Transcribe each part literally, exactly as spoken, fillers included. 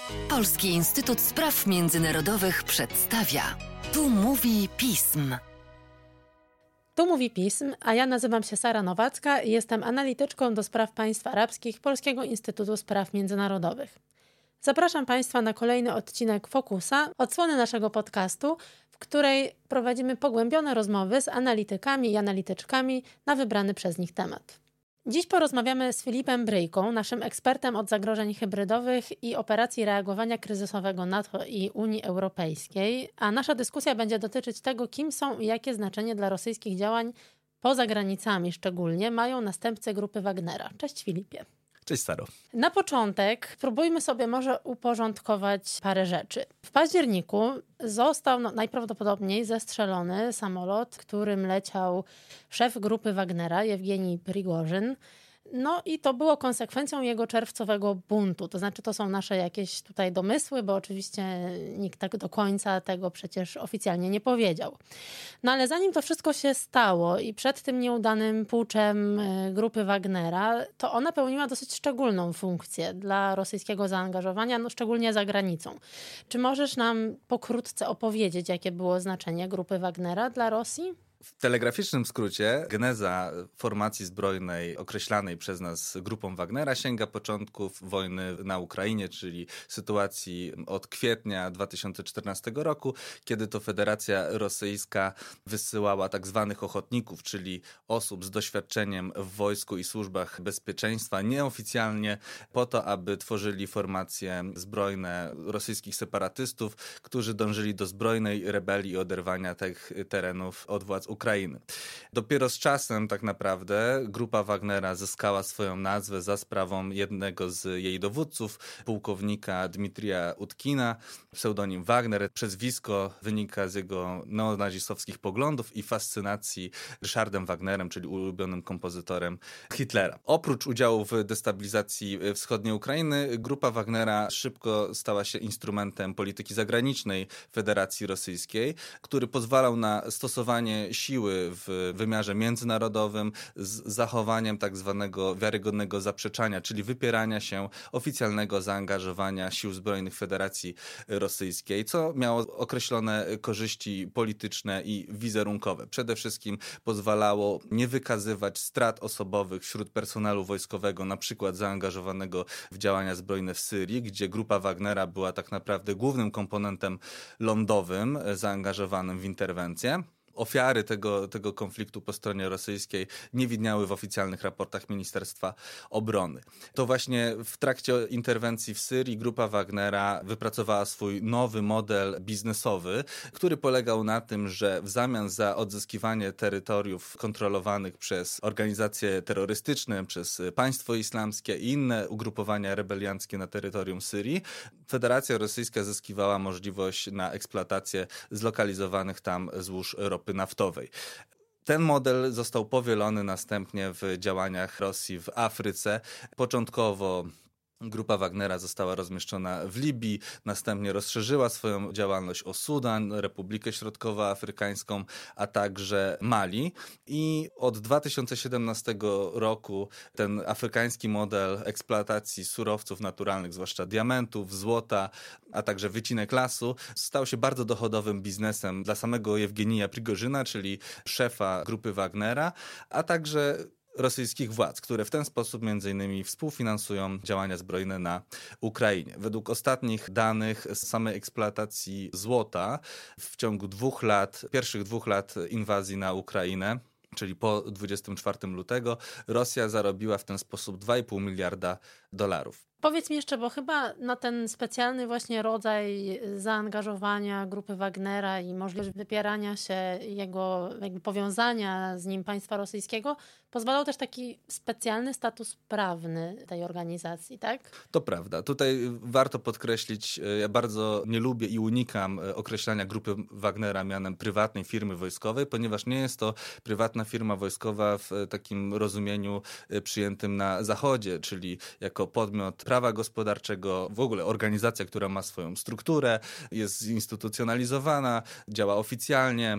Polski Instytut Spraw Międzynarodowych przedstawia. Tu mówi pism. Tu mówi pism, a ja nazywam się Sara Nowacka i jestem analityczką do spraw państw arabskich Polskiego Instytutu Spraw Międzynarodowych. Zapraszam Państwa na kolejny odcinek Fokusa, odsłony naszego podcastu, w której prowadzimy pogłębione rozmowy z analitykami i analityczkami na wybrany przez nich temat. Dziś porozmawiamy z Filipem Bryjką, naszym ekspertem od zagrożeń hybrydowych i operacji reagowania kryzysowego NATO i Unii Europejskiej, a nasza dyskusja będzie dotyczyć tego, kim są i jakie znaczenie dla rosyjskich działań poza granicami szczególnie mają następcy grupy Wagnera. Cześć Filipie. Cześć Saro. Na początek spróbujmy sobie może uporządkować parę rzeczy. W październiku został no, najprawdopodobniej zestrzelony samolot, którym leciał szef grupy Wagnera, Jewgenij Prigorzyn. No i to było konsekwencją jego czerwcowego buntu. To znaczy to są nasze jakieś tutaj domysły, bo oczywiście nikt tak do końca tego przecież oficjalnie nie powiedział. No ale zanim to wszystko się stało i przed tym nieudanym puczem grupy Wagnera, to ona pełniła dosyć szczególną funkcję dla rosyjskiego zaangażowania, no szczególnie za granicą. Czy możesz nam pokrótce opowiedzieć, jakie było znaczenie grupy Wagnera dla Rosji? W telegraficznym skrócie geneza formacji zbrojnej określanej przez nas grupą Wagnera sięga początków wojny na Ukrainie, czyli sytuacji od kwietnia dwa tysiące czternastego roku, kiedy to Federacja Rosyjska wysyłała tak zwanych ochotników, czyli osób z doświadczeniem w wojsku i służbach bezpieczeństwa nieoficjalnie po to, aby tworzyli formacje zbrojne rosyjskich separatystów, którzy dążyli do zbrojnej rebelii i oderwania tych terenów od władz Ukrainy. Dopiero z czasem tak naprawdę grupa Wagnera zyskała swoją nazwę za sprawą jednego z jej dowódców, pułkownika Dmitrija Utkina, pseudonim Wagner. Przezwisko wynika z jego neonazistowskich poglądów i fascynacji Ryszardem Wagnerem, czyli ulubionym kompozytorem Hitlera. Oprócz udziału w destabilizacji wschodniej Ukrainy, grupa Wagnera szybko stała się instrumentem polityki zagranicznej Federacji Rosyjskiej, który pozwalał na stosowanie siły w wymiarze międzynarodowym z zachowaniem tak zwanego wiarygodnego zaprzeczania, czyli wypierania się oficjalnego zaangażowania sił zbrojnych Federacji Rosyjskiej, co miało określone korzyści polityczne i wizerunkowe. Przede wszystkim pozwalało nie wykazywać strat osobowych wśród personelu wojskowego, na przykład zaangażowanego w działania zbrojne w Syrii, gdzie grupa Wagnera była tak naprawdę głównym komponentem lądowym zaangażowanym w interwencję. Ofiary tego, tego konfliktu po stronie rosyjskiej nie widniały w oficjalnych raportach Ministerstwa Obrony. To właśnie w trakcie interwencji w Syrii grupa Wagnera wypracowała swój nowy model biznesowy, który polegał na tym, że w zamian za odzyskiwanie terytoriów kontrolowanych przez organizacje terrorystyczne, przez państwo islamskie i inne ugrupowania rebelianckie na terytorium Syrii, Federacja Rosyjska zyskiwała możliwość na eksploatację zlokalizowanych tam złóż ropy naftowej. Ten model został powielony następnie w działaniach Rosji w Afryce. Początkowo grupa Wagnera została rozmieszczona w Libii, następnie rozszerzyła swoją działalność o Sudan, Republikę Środkowoafrykańską, a także Mali. I od dwa tysiące siedemnastego roku ten afrykański model eksploatacji surowców naturalnych, zwłaszcza diamentów, złota, a także wycinek lasu, stał się bardzo dochodowym biznesem dla samego Jewgenija Prigorzyna, czyli szefa grupy Wagnera, a także rosyjskich władz, które w ten sposób między innymi współfinansują działania zbrojne na Ukrainie. Według ostatnich danych z samej eksploatacji złota w ciągu dwóch lat, pierwszych dwóch lat inwazji na Ukrainę, czyli po dwudziestego czwartego lutego, Rosja zarobiła w ten sposób dwa i pół miliarda dolarów. Powiedz mi jeszcze, bo chyba na ten specjalny właśnie rodzaj zaangażowania grupy Wagnera i możliwość wypierania się jego jakby powiązania z nim państwa rosyjskiego pozwalał też taki specjalny status prawny tej organizacji, tak? To prawda. Tutaj warto podkreślić, ja bardzo nie lubię i unikam określania grupy Wagnera mianem prywatnej firmy wojskowej, ponieważ nie jest to prywatna firma wojskowa w takim rozumieniu przyjętym na Zachodzie, czyli jako podmiot prawa gospodarczego, w ogóle organizacja, która ma swoją strukturę, jest zinstytucjonalizowana, działa oficjalnie.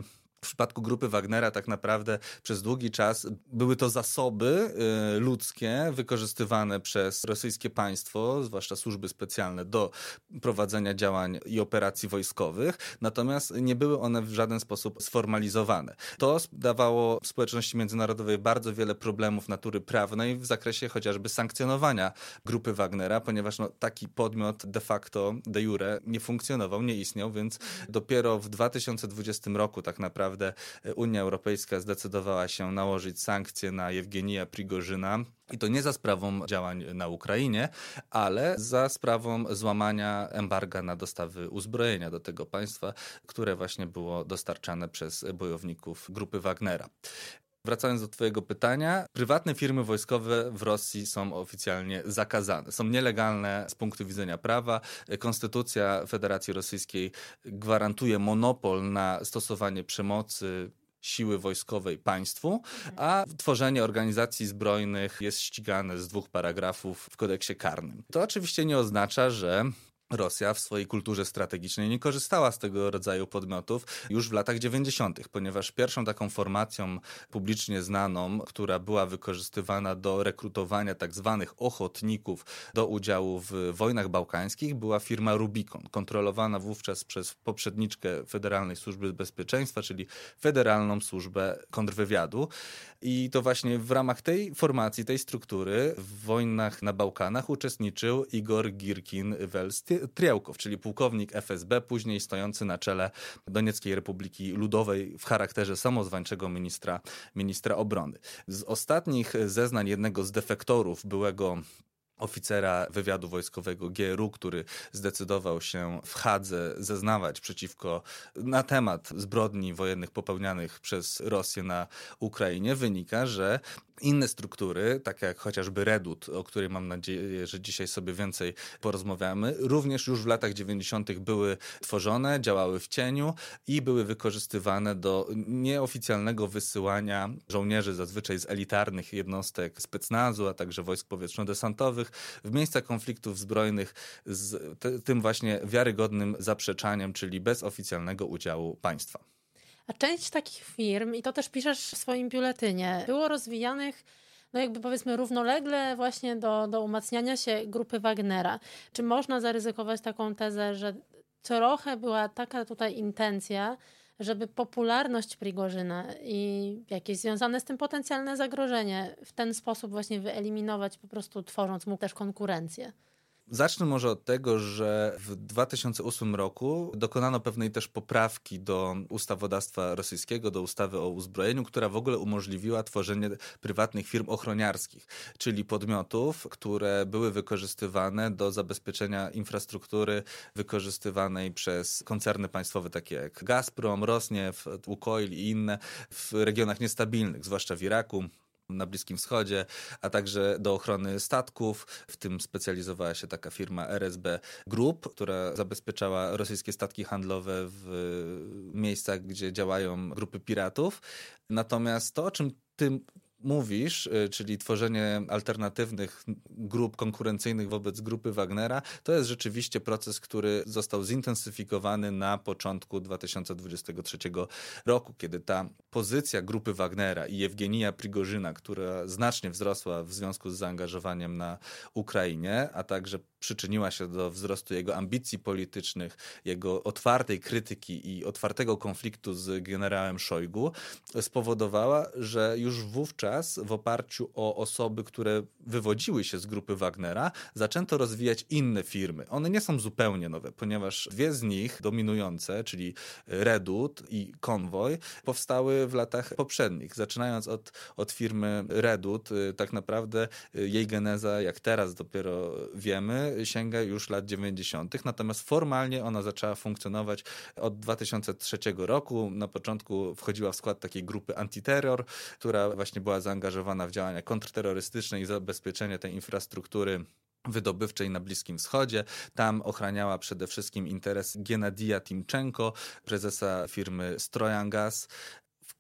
W przypadku grupy Wagnera tak naprawdę przez długi czas były to zasoby y, ludzkie wykorzystywane przez rosyjskie państwo, zwłaszcza służby specjalne, do prowadzenia działań i operacji wojskowych, natomiast nie były one w żaden sposób sformalizowane. To dawało społeczności międzynarodowej bardzo wiele problemów natury prawnej w zakresie chociażby sankcjonowania grupy Wagnera, ponieważ no, taki podmiot de facto, de jure nie funkcjonował, nie istniał, więc dopiero w dwa tysiące dwudziestym roku tak naprawdę Unia Europejska zdecydowała się nałożyć sankcje na Jewgenija Prigorzyna i to nie za sprawą działań na Ukrainie, ale za sprawą złamania embarga na dostawy uzbrojenia do tego państwa, które właśnie było dostarczane przez bojowników grupy Wagnera. Wracając do twojego pytania, prywatne firmy wojskowe w Rosji są oficjalnie zakazane. Są nielegalne z punktu widzenia prawa. Konstytucja Federacji Rosyjskiej gwarantuje monopol na stosowanie przemocy, siły wojskowej państwu, a tworzenie organizacji zbrojnych jest ścigane z dwóch paragrafów w kodeksie karnym. To oczywiście nie oznacza, że Rosja w swojej kulturze strategicznej nie korzystała z tego rodzaju podmiotów już w latach dziewięćdziesiątych, ponieważ pierwszą taką formacją publicznie znaną, która była wykorzystywana do rekrutowania tak zwanych ochotników do udziału w wojnach bałkańskich, była firma Rubicon, kontrolowana wówczas przez poprzedniczkę Federalnej Służby Bezpieczeństwa, czyli Federalną Służbę Kontrwywiadu. I to właśnie w ramach tej formacji, tej struktury w wojnach na Bałkanach uczestniczył Igor Girkin-Wels-Triałkow, czyli pułkownik F S B, później stojący na czele Donieckiej Republiki Ludowej w charakterze samozwańczego ministra, ministra obrony. Z ostatnich zeznań jednego z defektorów, byłego oficera wywiadu wojskowego G R U, który zdecydował się w Hadze zeznawać przeciwko na temat zbrodni wojennych popełnianych przez Rosję na Ukrainie, wynika, że inne struktury, takie jak chociażby Redut, o której mam nadzieję, że dzisiaj sobie więcej porozmawiamy, również już w latach dziewięćdziesiątych były tworzone, działały w cieniu i były wykorzystywane do nieoficjalnego wysyłania żołnierzy zazwyczaj z elitarnych jednostek specnazu, a także wojsk powietrzno-desantowych w miejsca konfliktów zbrojnych z te, tym właśnie wiarygodnym zaprzeczaniem, czyli bez oficjalnego udziału państwa. A część takich firm, i to też piszesz w swoim biuletynie, było rozwijanych no jakby powiedzmy równolegle właśnie do, do umacniania się grupy Wagnera. Czy można zaryzykować taką tezę, że trochę była taka tutaj intencja, żeby popularność Prigorzyna i jakieś związane z tym potencjalne zagrożenie w ten sposób właśnie wyeliminować, po prostu tworząc mu też konkurencję? Zacznę może od tego, że w dwa tysiące ósmym roku dokonano pewnej też poprawki do ustawodawstwa rosyjskiego, do ustawy o uzbrojeniu, która w ogóle umożliwiła tworzenie prywatnych firm ochroniarskich, czyli podmiotów, które były wykorzystywane do zabezpieczenia infrastruktury wykorzystywanej przez koncerny państwowe takie jak Gazprom, Rosnieft, Łukoil i inne w regionach niestabilnych, zwłaszcza w Iraku, na Bliskim Wschodzie, a także do ochrony statków. W tym specjalizowała się taka firma R S B Group, która zabezpieczała rosyjskie statki handlowe w miejscach, gdzie działają grupy piratów. Natomiast to, o czym ty mówisz, czyli tworzenie alternatywnych grup konkurencyjnych wobec grupy Wagnera, to jest rzeczywiście proces, który został zintensyfikowany na początku dwa tysiące dwudziestego trzeciego roku, kiedy ta pozycja grupy Wagnera i Jewgenija Prigorzyna, która znacznie wzrosła w związku z zaangażowaniem na Ukrainie, a także przyczyniła się do wzrostu jego ambicji politycznych, jego otwartej krytyki i otwartego konfliktu z generałem Szojgu, spowodowała, że już wówczas w oparciu o osoby, które wywodziły się z grupy Wagnera, zaczęto rozwijać inne firmy. One nie są zupełnie nowe, ponieważ dwie z nich dominujące, czyli Redut i Konwoj, powstały w latach poprzednich. Zaczynając od, od firmy Redut, tak naprawdę jej geneza, jak teraz dopiero wiemy, sięga już lat dziewięćdziesiątych. Natomiast formalnie ona zaczęła funkcjonować od dwa tysiące trzeciego roku. Na początku wchodziła w skład takiej grupy Antiterror, która właśnie była zaangażowana w działania kontrterrorystyczne i zabezpieczenie tej infrastruktury wydobywczej na Bliskim Wschodzie. Tam ochraniała przede wszystkim interes Genadija Timczenko, prezesa firmy Strojangas. W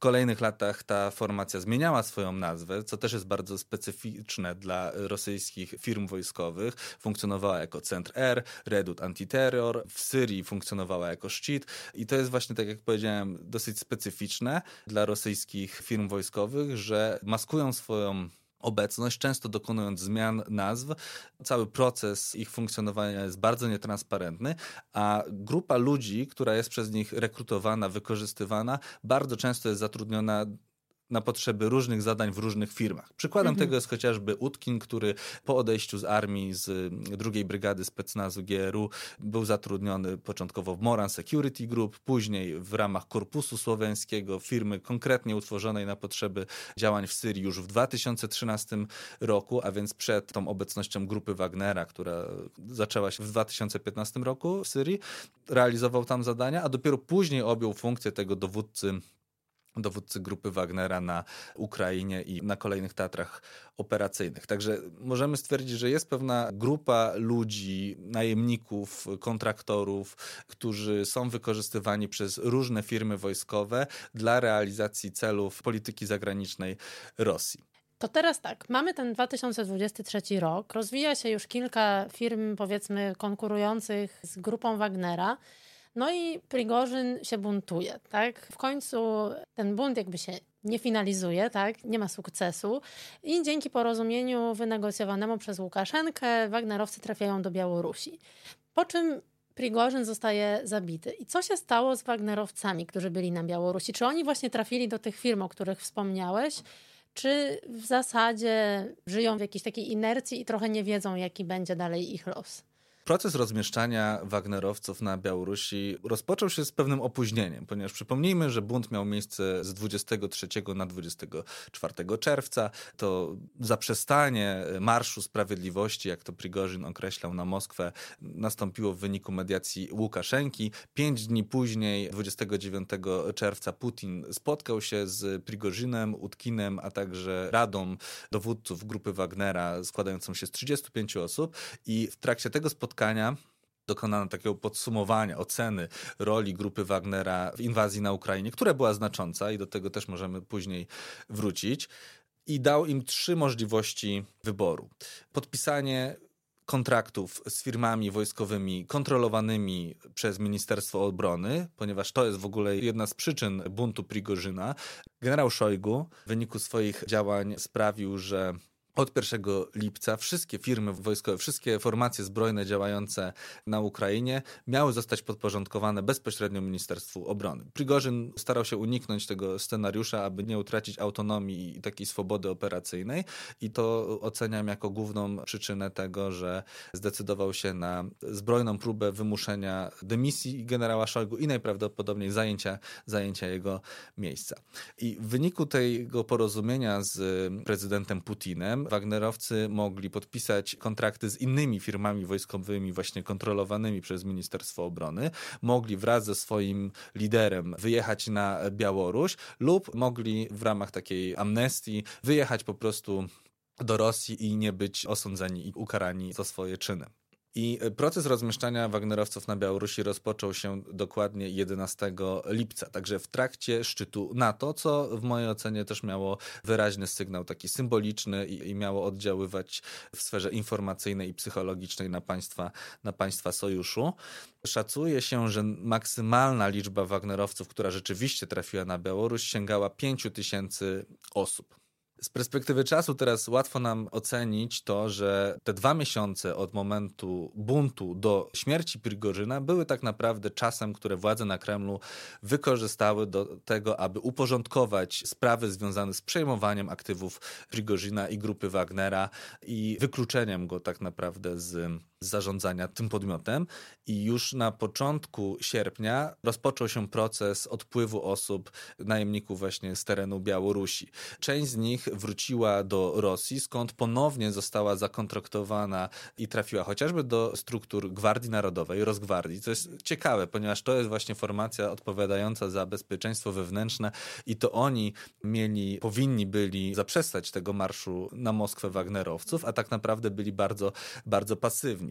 kolejnych latach ta formacja zmieniała swoją nazwę, co też jest bardzo specyficzne dla rosyjskich firm wojskowych. Funkcjonowała jako Centr R, Redut Antiterror, w Syrii funkcjonowała jako Szczyt i to jest właśnie, tak jak powiedziałem, dosyć specyficzne dla rosyjskich firm wojskowych, że maskują swoją obecność, często dokonując zmian nazw. Cały proces ich funkcjonowania jest bardzo nietransparentny, a grupa ludzi, która jest przez nich rekrutowana, wykorzystywana, bardzo często jest zatrudniona na potrzeby różnych zadań w różnych firmach. Przykładem Mhm. tego jest chociażby Utkin, który po odejściu z armii z drugiej Brygady Specnazu G R U był zatrudniony początkowo w Moran Security Group, później w ramach Korpusu Słowiańskiego, firmy konkretnie utworzonej na potrzeby działań w Syrii już w dwa tysiące trzynastym roku, a więc przed tą obecnością grupy Wagnera, która zaczęła się w dwa tysiące piętnastym roku w Syrii, realizował tam zadania, a dopiero później objął funkcję tego dowódcy dowódcy grupy Wagnera na Ukrainie i na kolejnych teatrach operacyjnych. Także możemy stwierdzić, że jest pewna grupa ludzi, najemników, kontraktorów, którzy są wykorzystywani przez różne firmy wojskowe dla realizacji celów polityki zagranicznej Rosji. To teraz tak, mamy ten dwa tysiące dwudziesty trzeci rok, rozwija się już kilka firm, powiedzmy, konkurujących z grupą Wagnera. No i Prigorzyn się buntuje, tak? W końcu ten bunt jakby się nie finalizuje, tak? Nie ma sukcesu i dzięki porozumieniu wynegocjowanemu przez Łukaszenkę wagnerowcy trafiają do Białorusi. Po czym Prigorzyn zostaje zabity. I co się stało z wagnerowcami, którzy byli na Białorusi? Czy oni właśnie trafili do tych firm, o których wspomniałeś? Czy w zasadzie żyją w jakiejś takiej inercji i trochę nie wiedzą, jaki będzie dalej ich los? Proces rozmieszczania Wagnerowców na Białorusi rozpoczął się z pewnym opóźnieniem, ponieważ przypomnijmy, że bunt miał miejsce z dwudziestego trzeciego na dwudziestego czwartego czerwca. To zaprzestanie Marszu Sprawiedliwości, jak to Prigorzyn określał, na Moskwę, nastąpiło w wyniku mediacji Łukaszenki. Pięć dni później, dwudziestego dziewiątego czerwca, Putin spotkał się z Prigorzynem, Utkinem, a także Radą Dowódców grupy Wagnera składającą się z trzydziestu pięciu osób i w trakcie tego spotkania dokonano takiego podsumowania, oceny roli grupy Wagnera w inwazji na Ukrainie, która była znacząca i do tego też możemy później wrócić. I dał im trzy możliwości wyboru. Podpisanie kontraktów z firmami wojskowymi kontrolowanymi przez Ministerstwo Obrony, ponieważ to jest w ogóle jedna z przyczyn buntu Prigorzyna. Generał Szojgu w wyniku swoich działań sprawił, że od pierwszego lipca wszystkie firmy wojskowe, wszystkie formacje zbrojne działające na Ukrainie miały zostać podporządkowane bezpośrednio Ministerstwu Obrony. Prigorzyn starał się uniknąć tego scenariusza, aby nie utracić autonomii i takiej swobody operacyjnej i to oceniam jako główną przyczynę tego, że zdecydował się na zbrojną próbę wymuszenia dymisji generała Szojgu i najprawdopodobniej zajęcia, zajęcia jego miejsca. I w wyniku tego porozumienia z prezydentem Putinem wagnerowcy mogli podpisać kontrakty z innymi firmami wojskowymi właśnie kontrolowanymi przez Ministerstwo Obrony, mogli wraz ze swoim liderem wyjechać na Białoruś lub mogli w ramach takiej amnestii wyjechać po prostu do Rosji i nie być osądzeni i ukarani za swoje czyny. I proces rozmieszczania wagnerowców na Białorusi rozpoczął się dokładnie jedenastego lipca, także w trakcie szczytu NATO, co w mojej ocenie też miało wyraźny sygnał taki symboliczny i, i miało oddziaływać w sferze informacyjnej i psychologicznej na państwa, na państwa sojuszu. Szacuje się, że maksymalna liczba wagnerowców, która rzeczywiście trafiła na Białoruś, sięgała pięć tysięcy osób. Z perspektywy czasu teraz łatwo nam ocenić to, że te dwa miesiące od momentu buntu do śmierci Prigorzyna były tak naprawdę czasem, które władze na Kremlu wykorzystały do tego, aby uporządkować sprawy związane z przejmowaniem aktywów Prigorzyna i grupy Wagnera i wykluczeniem go tak naprawdę z zarządzania tym podmiotem. I już na początku sierpnia rozpoczął się proces odpływu osób, najemników właśnie z terenu Białorusi. Część z nich wróciła do Rosji, skąd ponownie została zakontraktowana i trafiła chociażby do struktur Gwardii Narodowej, Rosgwardii, co jest ciekawe, ponieważ to jest właśnie formacja odpowiadająca za bezpieczeństwo wewnętrzne i to oni mieli, powinni byli zaprzestać tego marszu na Moskwę wagnerowców, a tak naprawdę byli bardzo, bardzo pasywni.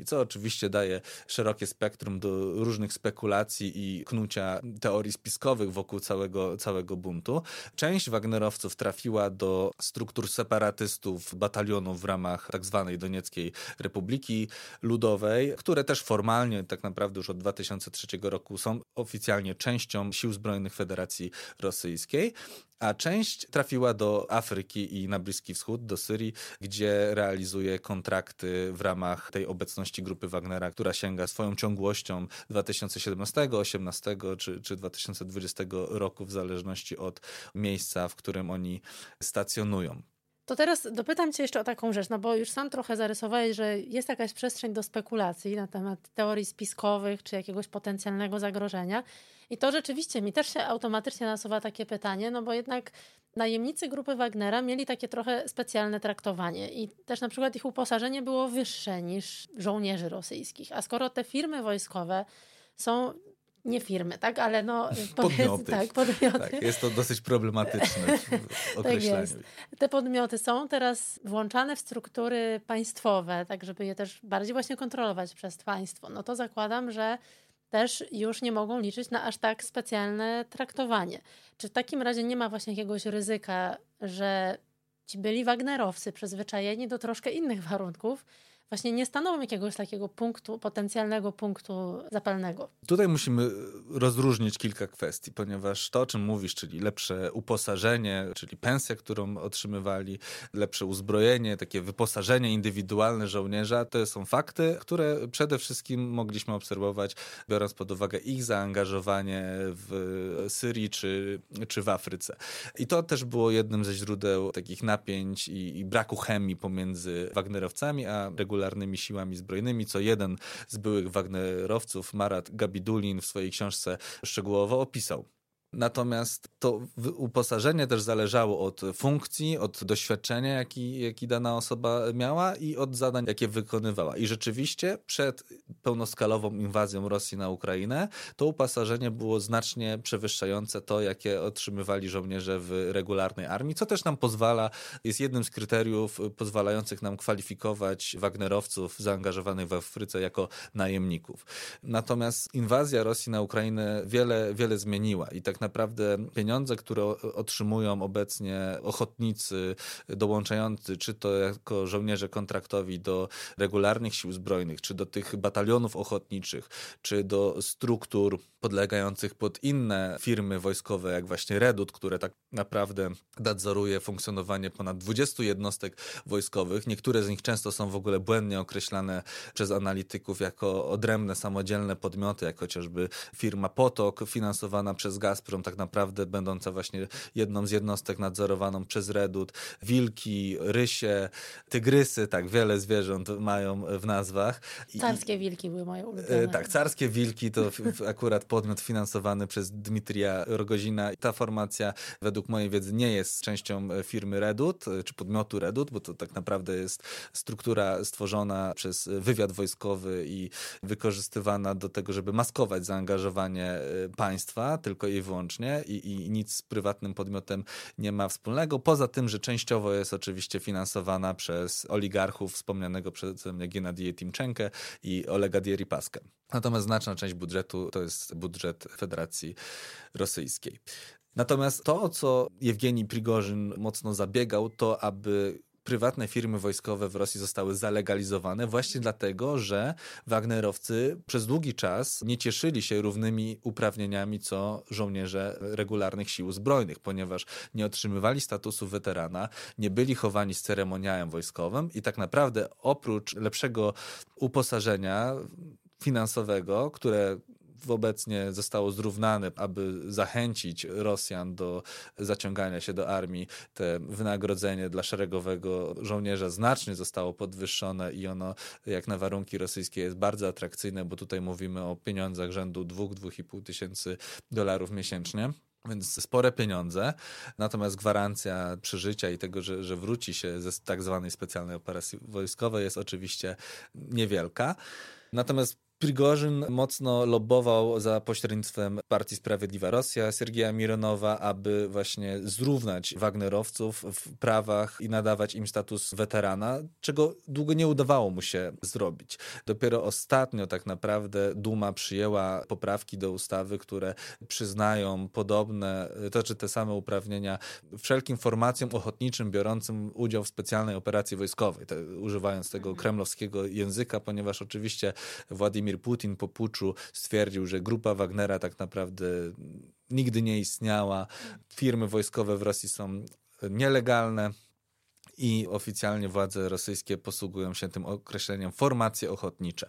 armii, co oczywiście daje szerokie spektrum do różnych spekulacji i knucia teorii spiskowych wokół całego, całego buntu. Część wagnerowców trafiła do struktur separatystów, batalionów w ramach tak zwanej Donieckiej Republiki Ludowej, które też formalnie tak naprawdę już od dwa tysiące trzeciego roku są oficjalnie częścią Sił Zbrojnych Federacji Rosyjskiej, a część trafiła do Afryki i na Bliski Wschód, do Syrii, gdzie realizuje kontrakty w ramach tej obecności grupy Wagnera, która sięga swoją ciągłością dwa tysiące siedemnastego, osiemnastego czy, czy dwa tysiące dwudziestego roku, w zależności od miejsca, w którym oni stacjonują. To teraz dopytam cię jeszcze o taką rzecz, no bo już sam trochę zarysowałeś, że jest jakaś przestrzeń do spekulacji na temat teorii spiskowych czy jakiegoś potencjalnego zagrożenia. I to rzeczywiście mi też się automatycznie nasuwa takie pytanie, no bo jednak najemnicy grupy Wagnera mieli takie trochę specjalne traktowanie i też na przykład ich uposażenie było wyższe niż żołnierzy rosyjskich. A skoro te firmy wojskowe są... Nie firmy, tak? Ale no... Podmioty. Tak, podmioty. Tak, jest to dosyć problematyczne w określaniu. Tak jest. Te podmioty są teraz włączane w struktury państwowe, tak żeby je też bardziej właśnie kontrolować przez państwo. No to zakładam, że też już nie mogą liczyć na aż tak specjalne traktowanie. Czy w takim razie nie ma właśnie jakiegoś ryzyka, że ci byli wagnerowcy przyzwyczajeni do troszkę innych warunków, właśnie nie stanowią jakiegoś takiego punktu, potencjalnego punktu zapalnego? Tutaj musimy rozróżnić kilka kwestii, ponieważ to, o czym mówisz, czyli lepsze uposażenie, czyli pensja, którą otrzymywali, lepsze uzbrojenie, takie wyposażenie indywidualne żołnierza, to są fakty, które przede wszystkim mogliśmy obserwować, biorąc pod uwagę ich zaangażowanie w Syrii czy, czy w Afryce. I to też było jednym ze źródeł takich napięć i, i braku chemii pomiędzy wagnerowcami a regularnymi siłami zbrojnymi, co jeden z byłych wagnerowców, Marat Gabidulin, w swojej książce szczegółowo opisał. Natomiast to uposażenie też zależało od funkcji, od doświadczenia, jaki, jaki dana osoba miała i od zadań, jakie wykonywała. I rzeczywiście przed pełnoskalową inwazją Rosji na Ukrainę to uposażenie było znacznie przewyższające to, jakie otrzymywali żołnierze w regularnej armii, co też nam pozwala, jest jednym z kryteriów pozwalających nam kwalifikować wagnerowców zaangażowanych w Afryce jako najemników. Natomiast inwazja Rosji na Ukrainę wiele, wiele zmieniła i tak naprawdę pieniądze, które otrzymują obecnie ochotnicy dołączający, czy to jako żołnierze kontraktowi do regularnych sił zbrojnych, czy do tych batalionów ochotniczych, czy do struktur podlegających pod inne firmy wojskowe, jak właśnie Redut, które tak naprawdę nadzoruje funkcjonowanie ponad dwudziestu jednostek wojskowych. Niektóre z nich często są w ogóle błędnie określane przez analityków jako odrębne, samodzielne podmioty, jak chociażby firma Potok finansowana przez Gazprom, tak naprawdę będąca właśnie jedną z jednostek nadzorowaną przez Redut. Wilki, rysie, tygrysy, tak, wiele zwierząt mają w nazwach. I, carskie wilki były moje ulubione. Tak, carskie wilki to akurat podmiot finansowany przez Dmitrija Rogozina. Ta formacja według mojej wiedzy nie jest częścią firmy Redut, czy podmiotu Redut, bo to tak naprawdę jest struktura stworzona przez wywiad wojskowy i wykorzystywana do tego, żeby maskować zaangażowanie państwa, tylko i wyłącznie i, i nic z prywatnym podmiotem nie ma wspólnego, poza tym, że częściowo jest oczywiście finansowana przez oligarchów wspomnianego przeze mnie Gennadija Timczenkę i Olega Dieripaskę. Natomiast znaczna część budżetu to jest budżet Federacji Rosyjskiej. Natomiast to, o co Jewgenij Prigorzyn mocno zabiegał, to aby prywatne firmy wojskowe w Rosji zostały zalegalizowane właśnie dlatego, że wagnerowcy przez długi czas nie cieszyli się równymi uprawnieniami co żołnierze regularnych sił zbrojnych, ponieważ nie otrzymywali statusu weterana, nie byli chowani z ceremoniałem wojskowym i tak naprawdę oprócz lepszego uposażenia finansowego, które obecnie zostało zrównane, aby zachęcić Rosjan do zaciągania się do armii. Te wynagrodzenie dla szeregowego żołnierza znacznie zostało podwyższone i ono jak na warunki rosyjskie jest bardzo atrakcyjne, bo tutaj mówimy o pieniądzach rzędu dwóch do dwóch i pół tysięcy dolarów miesięcznie. Więc spore pieniądze, natomiast gwarancja przeżycia i tego, że, że wróci się ze tak zwanej specjalnej operacji wojskowej jest oczywiście niewielka. Natomiast Prigorzyn mocno lobbował za pośrednictwem Partii Sprawiedliwa Rosja Siergieja Mironowa, aby właśnie zrównać wagnerowców w prawach i nadawać im status weterana, czego długo nie udawało mu się zrobić. Dopiero ostatnio tak naprawdę Duma przyjęła poprawki do ustawy, które przyznają podobne, to czy te same uprawnienia wszelkim formacjom ochotniczym biorącym udział w specjalnej operacji wojskowej, te, używając tego kremlowskiego języka, ponieważ oczywiście Władimir Putin po puczu stwierdził, że grupa Wagnera tak naprawdę nigdy nie istniała. Firmy wojskowe w Rosji są nielegalne i oficjalnie władze rosyjskie posługują się tym określeniem formacje ochotnicze.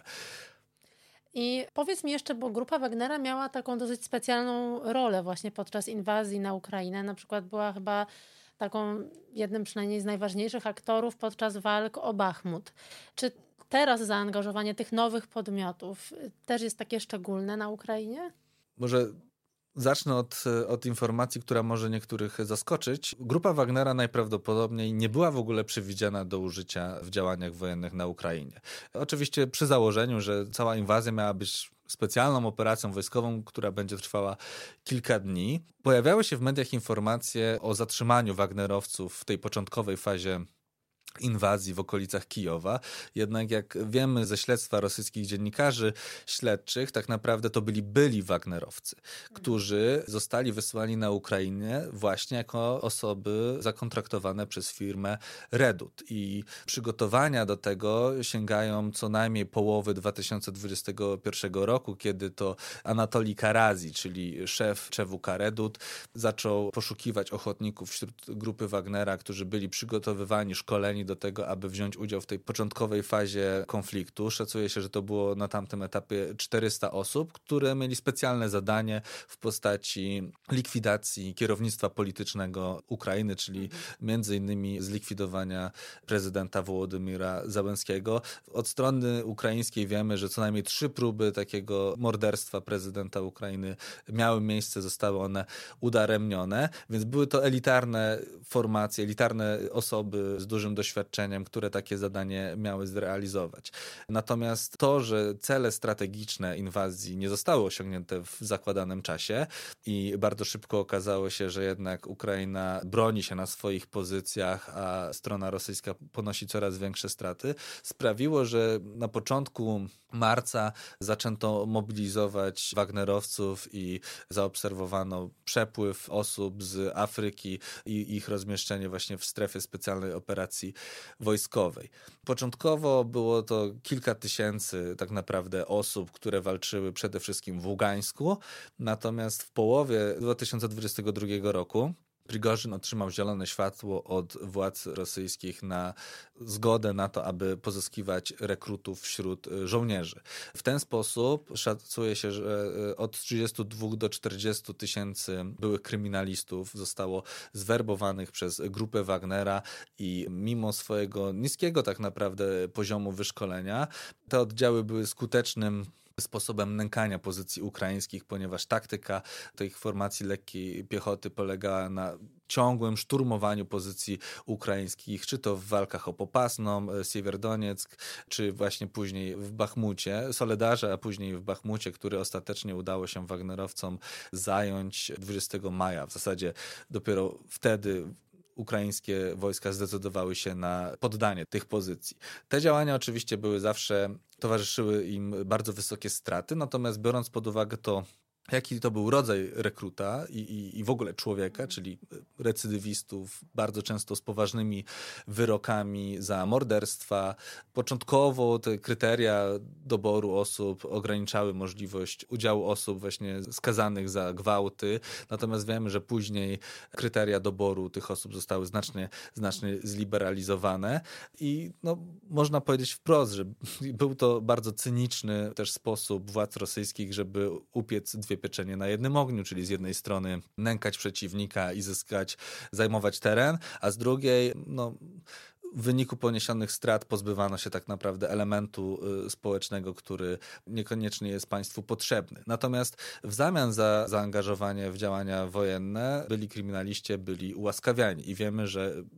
I powiedz mi jeszcze, bo grupa Wagnera miała taką dosyć specjalną rolę właśnie podczas inwazji na Ukrainę. Na przykład była chyba taką jednym przynajmniej z najważniejszych aktorów podczas walk o Bachmut. Czy teraz zaangażowanie tych nowych podmiotów też jest takie szczególne na Ukrainie? Może zacznę od, od informacji, która może niektórych zaskoczyć. Grupa Wagnera najprawdopodobniej nie była w ogóle przewidziana do użycia w działaniach wojennych na Ukrainie. Oczywiście przy założeniu, że cała inwazja miała być specjalną operacją wojskową, która będzie trwała kilka dni. Pojawiały się w mediach informacje o zatrzymaniu wagnerowców w tej początkowej fazie inwazji w okolicach Kijowa. Jednak jak wiemy ze śledztwa rosyjskich dziennikarzy śledczych, tak naprawdę to byli byli wagnerowcy, którzy zostali wysłani na Ukrainę właśnie jako osoby zakontraktowane przez firmę Redut. I przygotowania do tego sięgają co najmniej połowy dwa tysiące dwudziestego pierwszego roku, kiedy to Anatolij Karazi, czyli szef C W K Redut, zaczął poszukiwać ochotników wśród grupy Wagnera, którzy byli przygotowywani, szkoleni do tego, aby wziąć udział w tej początkowej fazie konfliktu. Szacuje się, że to było na tamtym etapie czterysta osób, które mieli specjalne zadanie w postaci likwidacji kierownictwa politycznego Ukrainy, czyli między innymi zlikwidowania prezydenta Wołodymyra Zełenskiego. Od strony ukraińskiej wiemy, że co najmniej trzy próby takiego morderstwa prezydenta Ukrainy miały miejsce, zostały one udaremnione, więc były to elitarne formacje, elitarne osoby z dużym doświadczeniem, które takie zadanie miały zrealizować. Natomiast to, że cele strategiczne inwazji nie zostały osiągnięte w zakładanym czasie i bardzo szybko okazało się, że jednak Ukraina broni się na swoich pozycjach, a strona rosyjska ponosi coraz większe straty, sprawiło, że na początku marca zaczęto mobilizować wagnerowców i zaobserwowano przepływ osób z Afryki i ich rozmieszczenie właśnie w strefie specjalnej operacji wojskowej. Początkowo było to kilka tysięcy tak naprawdę osób, które walczyły przede wszystkim w Ługańsku, natomiast w połowie dwa tysiące dwudziestego drugiego roku Prigorzyn otrzymał zielone światło od władz rosyjskich na zgodę na to, aby pozyskiwać rekrutów wśród żołnierzy. W ten sposób szacuje się, że od trzydziestu dwóch do czterdziestu tysięcy byłych kryminalistów zostało zwerbowanych przez grupę Wagnera i mimo swojego niskiego tak naprawdę poziomu wyszkolenia, te oddziały były skutecznym sposobem nękania pozycji ukraińskich, ponieważ taktyka tych formacji lekkiej piechoty polegała na ciągłym szturmowaniu pozycji ukraińskich, czy to w walkach o Popasną, Siewierdonieck, czy właśnie później w Bachmucie, Soledarze, a później w Bachmucie, który ostatecznie udało się wagnerowcom zająć dwudziestego maja. W zasadzie dopiero wtedy ukraińskie wojska zdecydowały się na poddanie tych pozycji. Te działania oczywiście były zawsze, towarzyszyły im bardzo wysokie straty, natomiast biorąc pod uwagę to, jaki to był rodzaj rekruta i, i, i w ogóle człowieka, czyli recydywistów, bardzo często z poważnymi wyrokami za morderstwa. Początkowo te kryteria doboru osób ograniczały możliwość udziału osób właśnie skazanych za gwałty, natomiast wiemy, że później kryteria doboru tych osób zostały znacznie, znacznie zliberalizowane i no, można powiedzieć wprost, że był to bardzo cyniczny też sposób władz rosyjskich, żeby upiec dwie pieczenie na jednym ogniu, czyli z jednej strony nękać przeciwnika i zyskać, zajmować teren, a z drugiej, no, w wyniku poniesionych strat pozbywano się tak naprawdę elementu społecznego, który niekoniecznie jest państwu potrzebny. Natomiast w zamian za zaangażowanie w działania wojenne byli kryminaliści, byli ułaskawiani i wiemy, że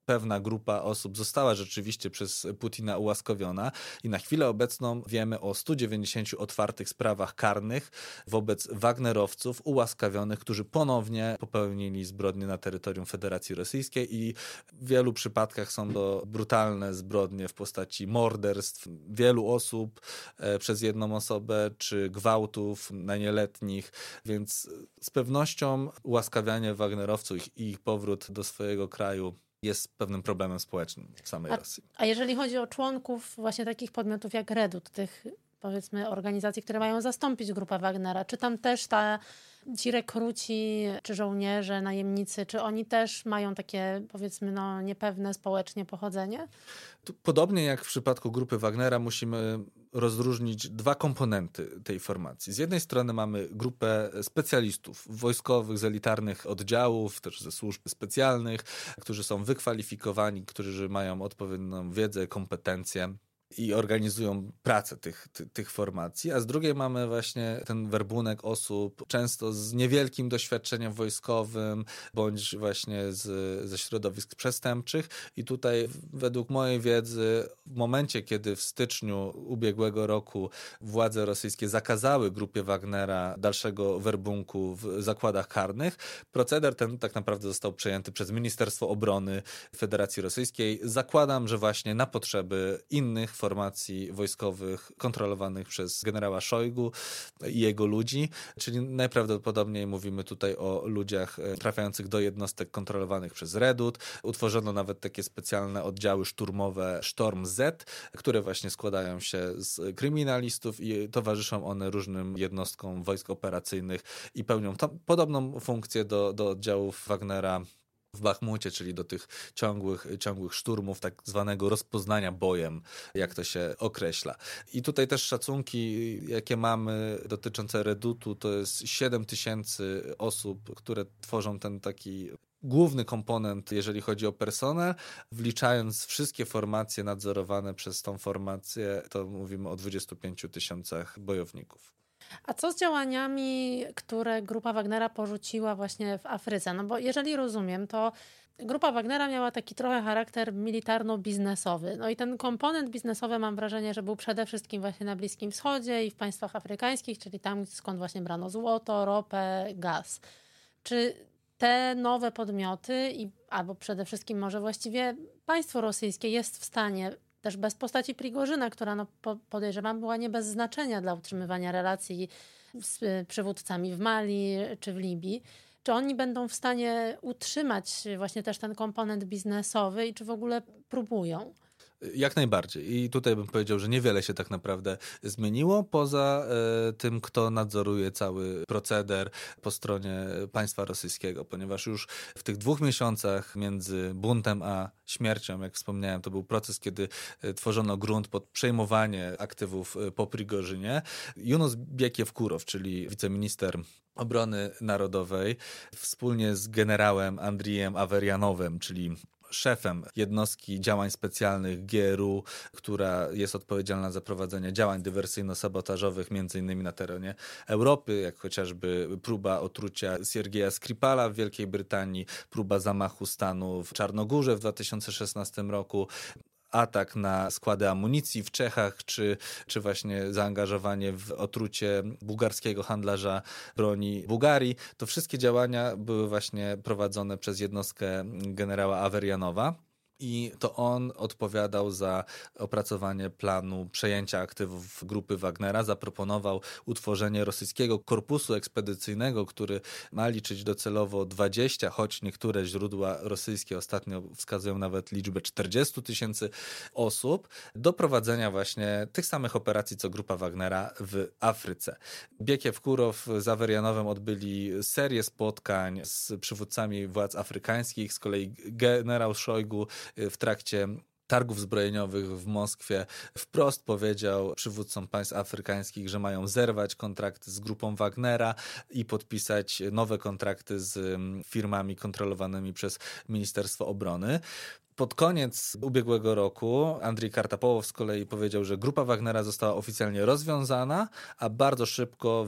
pewna grupa osób została rzeczywiście przez Putina ułaskawiona i na chwilę obecną wiemy o stu dziewięćdziesięciu otwartych sprawach karnych wobec wagnerowców ułaskawionych, którzy ponownie popełnili zbrodnie na terytorium Federacji Rosyjskiej i w wielu przypadkach są to brutalne zbrodnie w postaci morderstw wielu osób e, przez jedną osobę, czy gwałtów na nieletnich, więc z pewnością ułaskawianie wagnerowców i ich powrót do swojego kraju jest pewnym problemem społecznym w samej a, Rosji. A jeżeli chodzi o członków właśnie takich podmiotów jak Redut, tych powiedzmy organizacji, które mają zastąpić grupę Wagnera, czy tam też ta, ci rekruci, czy żołnierze, najemnicy, czy oni też mają takie powiedzmy no, niepewne społecznie pochodzenie? Tu, podobnie jak w przypadku grupy Wagnera, musimy rozróżnić dwa komponenty tej formacji. Z jednej strony mamy grupę specjalistów wojskowych z elitarnych oddziałów, też ze służb specjalnych, którzy są wykwalifikowani, którzy mają odpowiednią wiedzę, kompetencje i organizują pracę tych, ty, tych formacji, a z drugiej mamy właśnie ten werbunek osób często z niewielkim doświadczeniem wojskowym, bądź właśnie z, ze środowisk przestępczych i tutaj według mojej wiedzy w momencie, kiedy w styczniu ubiegłego roku władze rosyjskie zakazały grupie Wagnera dalszego werbunku w zakładach karnych, proceder ten tak naprawdę został przejęty przez Ministerstwo Obrony Federacji Rosyjskiej. Zakładam, że właśnie na potrzeby innych formacji wojskowych kontrolowanych przez generała Szojgu i jego ludzi, czyli najprawdopodobniej mówimy tutaj o ludziach trafiających do jednostek kontrolowanych przez Redut. Utworzono nawet takie specjalne oddziały szturmowe Sztorm Z, które właśnie składają się z kryminalistów i towarzyszą one różnym jednostkom wojsk operacyjnych i pełnią tam podobną funkcję do, do oddziałów Wagnera w Bachmucie, czyli do tych ciągłych, ciągłych szturmów, tak zwanego rozpoznania bojem, jak to się określa. I tutaj też szacunki, jakie mamy dotyczące Redutu, to jest siedem tysięcy osób, które tworzą ten taki główny komponent, jeżeli chodzi o personel, wliczając wszystkie formacje nadzorowane przez tą formację, to mówimy o dwudziestu pięciu tysiącach bojowników. A co z działaniami, które grupa Wagnera porzuciła właśnie w Afryce? No bo jeżeli rozumiem, to grupa Wagnera miała taki trochę charakter militarno-biznesowy. No i ten komponent biznesowy mam wrażenie, że był przede wszystkim właśnie na Bliskim Wschodzie i w państwach afrykańskich, czyli tam skąd właśnie brano złoto, ropę, gaz. Czy te nowe podmioty, i, albo przede wszystkim może właściwie państwo rosyjskie jest w stanie też bez postaci Prigorzyna, która no, podejrzewam była nie bez znaczenia dla utrzymywania relacji z przywódcami w Mali czy w Libii. Czy oni będą w stanie utrzymać właśnie też ten komponent biznesowy i czy w ogóle próbują? Jak najbardziej. I tutaj bym powiedział, że niewiele się tak naprawdę zmieniło, poza e, tym, kto nadzoruje cały proceder po stronie państwa rosyjskiego, ponieważ już w tych dwóch miesiącach między buntem a śmiercią, jak wspomniałem, to był proces, kiedy tworzono grunt pod przejmowanie aktywów po Prigorzynie. Yunus Biekiew-Kurow, czyli wiceminister obrony narodowej, wspólnie z generałem Andrijem Awerianowem, czyli szefem jednostki działań specjalnych G R U, która jest odpowiedzialna za prowadzenie działań dywersyjno-sabotażowych między innymi na terenie Europy, jak chociażby próba otrucia Siergieja Skripala w Wielkiej Brytanii, próba zamachu stanu w Czarnogórze w dwa tysiące szesnastym roku, atak na składy amunicji w Czechach, czy, czy właśnie zaangażowanie w otrucie bułgarskiego handlarza broni Bułgarii. To wszystkie działania były właśnie prowadzone przez jednostkę generała Awerianowa. I to on odpowiadał za opracowanie planu przejęcia aktywów grupy Wagnera. Zaproponował utworzenie rosyjskiego korpusu ekspedycyjnego, który ma liczyć docelowo dwadzieścia, choć niektóre źródła rosyjskie ostatnio wskazują nawet liczbę czterdziestu tysięcy osób, do prowadzenia właśnie tych samych operacji, co grupa Wagnera w Afryce. Biekiew-Kurow z Awerianowem odbyli serię spotkań z przywódcami władz afrykańskich. Z kolei generał Szojgu w trakcie targów zbrojeniowych w Moskwie wprost powiedział przywódcom państw afrykańskich, że mają zerwać kontrakty z grupą Wagnera i podpisać nowe kontrakty z firmami kontrolowanymi przez Ministerstwo Obrony. Pod koniec ubiegłego roku Andrzej Kartapołow z kolei powiedział, że grupa Wagnera została oficjalnie rozwiązana, a bardzo szybko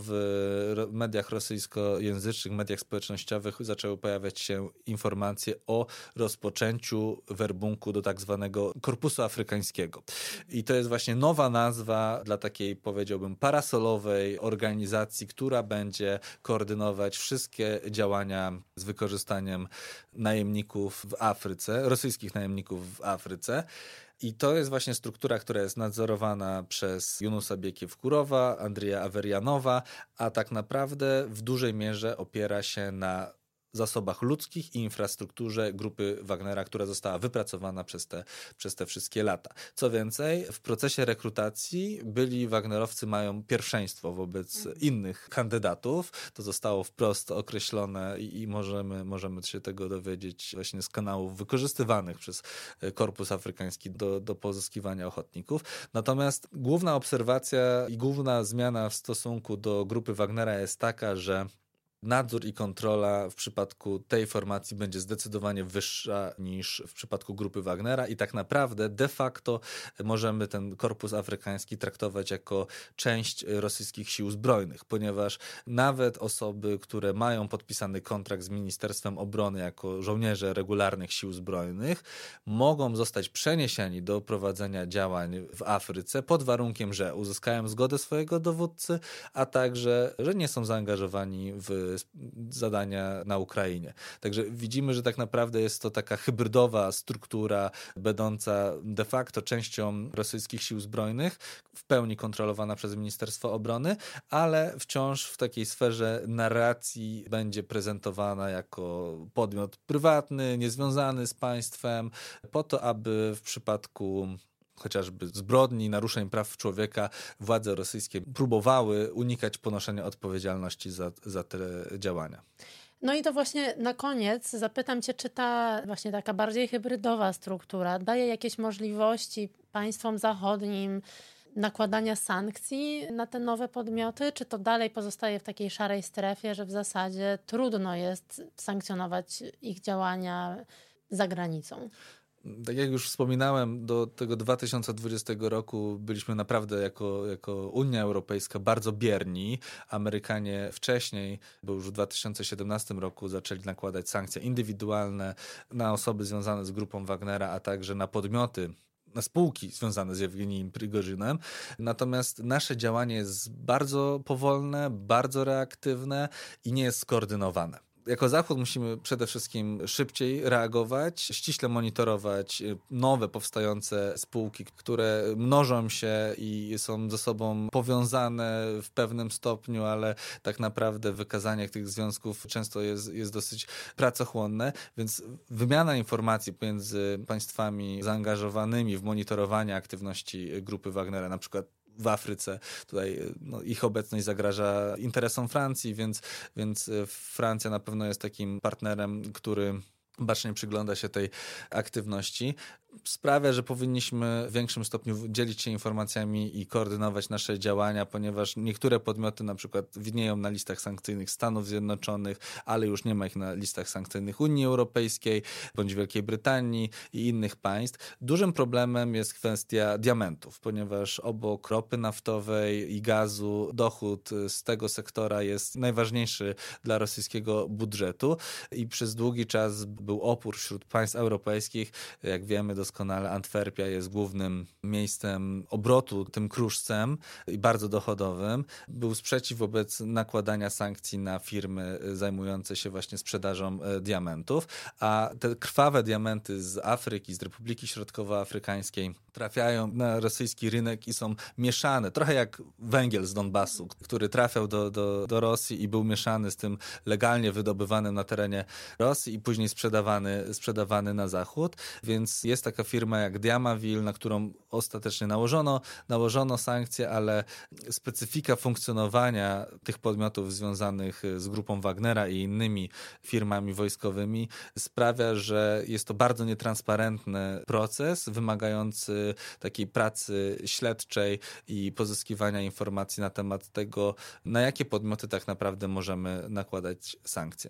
w mediach rosyjskojęzycznych, mediach społecznościowych zaczęły pojawiać się informacje o rozpoczęciu werbunku do tak zwanego Korpusu Afrykańskiego. I to jest właśnie nowa nazwa dla takiej, powiedziałbym, parasolowej organizacji, która będzie koordynować wszystkie działania z wykorzystaniem najemników w Afryce, rosyjskich najemników w Afryce. I to jest właśnie struktura, która jest nadzorowana przez Junusa Biekiew-Kurowa, Andrija Awerianowa, a tak naprawdę w dużej mierze opiera się na zasobach ludzkich i infrastrukturze grupy Wagnera, która została wypracowana przez te, przez te wszystkie lata. Co więcej, w procesie rekrutacji byli Wagnerowcy mają pierwszeństwo wobec mhm. innych kandydatów. To zostało wprost określone i, i możemy, możemy się tego dowiedzieć właśnie z kanałów wykorzystywanych przez Korpus Afrykański do, do pozyskiwania ochotników. Natomiast główna obserwacja i główna zmiana w stosunku do grupy Wagnera jest taka, że nadzór i kontrola w przypadku tej formacji będzie zdecydowanie wyższa niż w przypadku grupy Wagnera i tak naprawdę de facto możemy ten Korpus Afrykański traktować jako część rosyjskich sił zbrojnych, ponieważ nawet osoby, które mają podpisany kontrakt z Ministerstwem Obrony jako żołnierze regularnych sił zbrojnych, mogą zostać przeniesieni do prowadzenia działań w Afryce pod warunkiem, że uzyskają zgodę swojego dowódcy, a także, że nie są zaangażowani w zadania na Ukrainie. Także widzimy, że tak naprawdę jest to taka hybrydowa struktura, będąca de facto częścią rosyjskich sił zbrojnych, w pełni kontrolowana przez Ministerstwo Obrony, ale wciąż w takiej sferze narracji będzie prezentowana jako podmiot prywatny, niezwiązany z państwem, po to, aby w przypadku chociażby zbrodni, naruszeń praw człowieka, władze rosyjskie próbowały unikać ponoszenia odpowiedzialności za, za te działania. No i to właśnie na koniec zapytam cię, czy ta właśnie taka bardziej hybrydowa struktura daje jakieś możliwości państwom zachodnim nakładania sankcji na te nowe podmioty, czy to dalej pozostaje w takiej szarej strefie, że w zasadzie trudno jest sankcjonować ich działania za granicą? Tak jak już wspominałem, do tego dwa tysiące dwudziestego roku byliśmy naprawdę jako, jako Unia Europejska bardzo bierni. Amerykanie wcześniej, bo już w dwa tysiące siedemnastym roku zaczęli nakładać sankcje indywidualne na osoby związane z grupą Wagnera, a także na podmioty, na spółki związane z Jewgenijem Prigorzynem. Natomiast nasze działanie jest bardzo powolne, bardzo reaktywne i nie jest skoordynowane. Jako Zachód musimy przede wszystkim szybciej reagować, ściśle monitorować nowe powstające spółki, które mnożą się i są ze sobą powiązane w pewnym stopniu, ale tak naprawdę wykazanie tych związków często jest, jest dosyć pracochłonne, więc wymiana informacji pomiędzy państwami zaangażowanymi w monitorowanie aktywności grupy Wagnera, na przykład w Afryce. Tutaj no, ich obecność zagraża interesom Francji, więc, więc Francja na pewno jest takim partnerem, który bacznie przygląda się tej aktywności. Sprawia, że powinniśmy w większym stopniu dzielić się informacjami i koordynować nasze działania, ponieważ niektóre podmioty na przykład widnieją na listach sankcyjnych Stanów Zjednoczonych, ale już nie ma ich na listach sankcyjnych Unii Europejskiej bądź Wielkiej Brytanii i innych państw. Dużym problemem jest kwestia diamentów, ponieważ obok ropy naftowej i gazu dochód z tego sektora jest najważniejszy dla rosyjskiego budżetu i przez długi czas był opór wśród państw europejskich. Jak wiemy doskonale, Antwerpia jest głównym miejscem obrotu tym kruszcem i bardzo dochodowym. Był sprzeciw wobec nakładania sankcji na firmy zajmujące się właśnie sprzedażą diamentów, a te krwawe diamenty z Afryki, z Republiki Środkowoafrykańskiej trafiają na rosyjski rynek i są mieszane, trochę jak węgiel z Donbasu, który trafiał do, do, do Rosji i był mieszany z tym legalnie wydobywanym na terenie Rosji i później sprzedawany, sprzedawany na zachód, więc jest taka firma jak Diamavil, na którą ostatecznie nałożono, nałożono sankcje, ale specyfika funkcjonowania tych podmiotów związanych z grupą Wagnera i innymi firmami wojskowymi sprawia, że jest to bardzo nietransparentny proces wymagający takiej pracy śledczej i pozyskiwania informacji na temat tego, na jakie podmioty tak naprawdę możemy nakładać sankcje.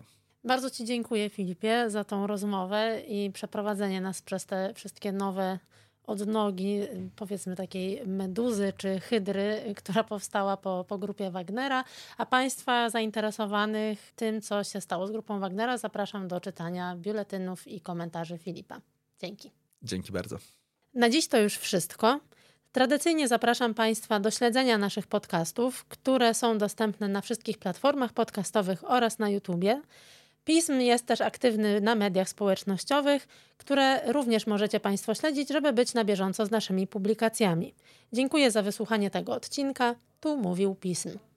Bardzo Ci dziękuję, Filipie, za tą rozmowę i przeprowadzenie nas przez te wszystkie nowe odnogi, powiedzmy takiej meduzy czy hydry, która powstała po, po grupie Wagnera. A Państwa zainteresowanych tym, co się stało z grupą Wagnera, zapraszam do czytania biuletynów i komentarzy Filipa. Dzięki. Dzięki bardzo. Na dziś to już wszystko. Tradycyjnie zapraszam Państwa do śledzenia naszych podcastów, które są dostępne na wszystkich platformach podcastowych oraz na YouTubie. Pism jest też aktywny na mediach społecznościowych, które również możecie Państwo śledzić, żeby być na bieżąco z naszymi publikacjami. Dziękuję za wysłuchanie tego odcinka. Tu mówił Pism.